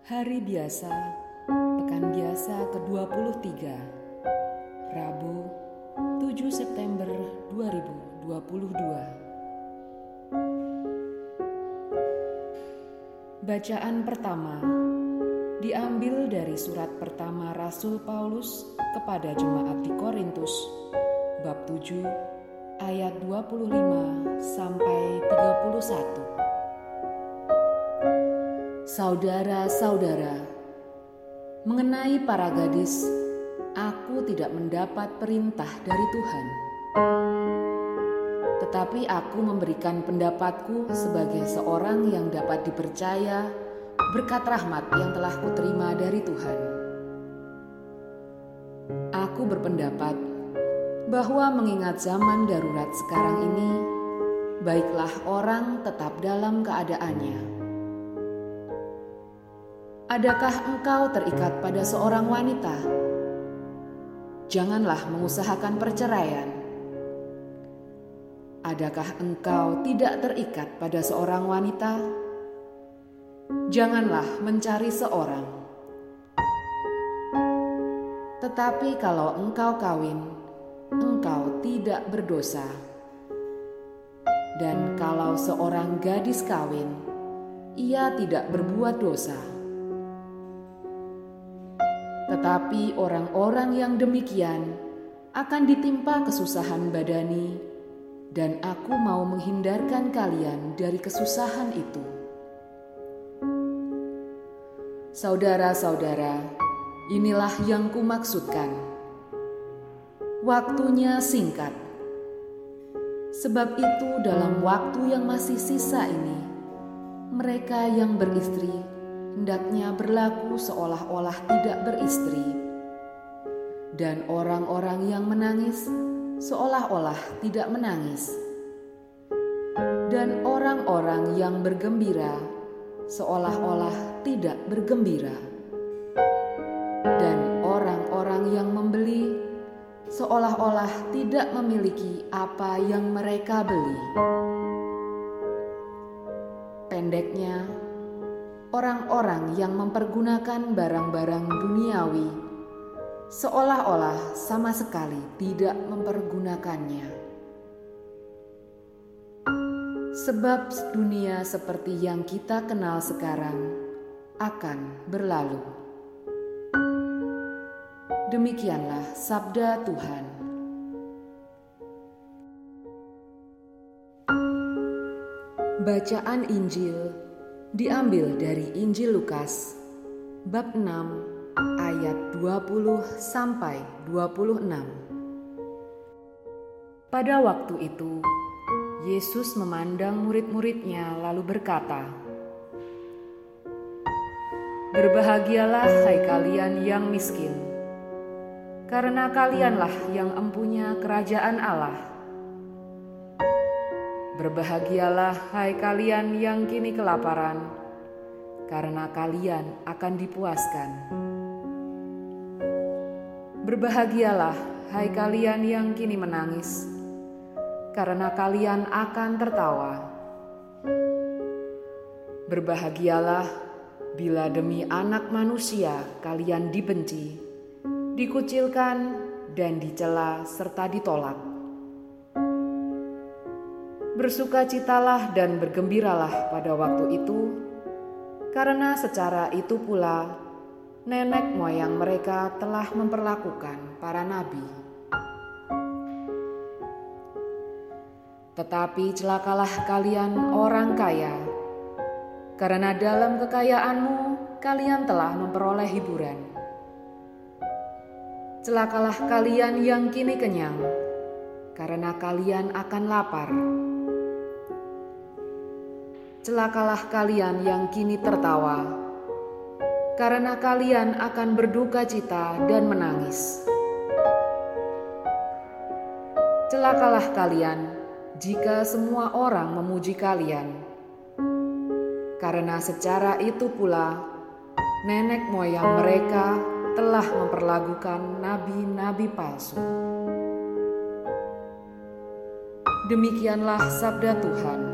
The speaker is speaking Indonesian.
Hari biasa, pekan biasa ke-23, Rabu, 7 September 2022. Bacaan pertama diambil dari surat pertama Rasul Paulus kepada jemaat di Korintus, bab 7, ayat 25 sampai 31. Saudara-saudara, mengenai para gadis, aku tidak mendapat perintah dari Tuhan. Tetapi aku memberikan pendapatku sebagai seorang yang dapat dipercaya berkat rahmat yang telah kuterima dari Tuhan. Aku berpendapat bahwa mengingat zaman darurat sekarang ini, baiklah orang tetap dalam keadaannya. Adakah engkau terikat pada seorang wanita? Janganlah mengusahakan perceraian. Adakah engkau tidak terikat pada seorang wanita? Janganlah mencari seorang. Tetapi kalau engkau kawin, engkau tidak berdosa. Dan kalau seorang gadis kawin, ia tidak berbuat dosa. Tetapi orang-orang yang demikian akan ditimpa kesusahan badani, dan aku mau menghindarkan kalian dari kesusahan itu. Saudara-saudara, inilah yang kumaksudkan. Waktunya singkat. Sebab itu dalam waktu yang masih sisa ini, mereka yang beristri hendaknya berlaku seolah-olah tidak beristri, dan orang-orang yang menangis seolah-olah tidak menangis, dan orang-orang yang bergembira seolah-olah tidak bergembira, dan orang-orang yang membeli seolah-olah tidak memiliki apa yang mereka beli. Pendeknya, orang-orang yang mempergunakan barang-barang duniawi seolah-olah sama sekali tidak mempergunakannya. Sebab dunia seperti yang kita kenal sekarang akan berlalu. Demikianlah sabda Tuhan. Bacaan Injil diambil dari Injil Lukas, bab 6, ayat 20 sampai 26. Pada waktu itu, Yesus memandang murid-muridnya lalu berkata, "Berbahagialah hai kalian yang miskin, karena kalianlah yang empunya kerajaan Allah. Berbahagialah hai kalian yang kini kelaparan, karena kalian akan dipuaskan. Berbahagialah hai kalian yang kini menangis, karena kalian akan tertawa. Berbahagialah bila demi Anak Manusia kalian dibenci, dikucilkan, dan dicela serta ditolak. Bersukacitalah dan bergembiralah pada waktu itu, karena secara itu pula nenek moyang mereka telah memperlakukan para nabi. Tetapi celakalah kalian orang kaya, karena dalam kekayaanmu kalian telah memperoleh hiburan. Celakalah kalian yang kini kenyang, karena kalian akan lapar. Celakalah kalian yang kini tertawa, karena kalian akan berduka cita dan menangis. Celakalah kalian jika semua orang memuji kalian, karena secara itu pula nenek moyang mereka telah memperlakukan nabi-nabi palsu." Demikianlah sabda Tuhan.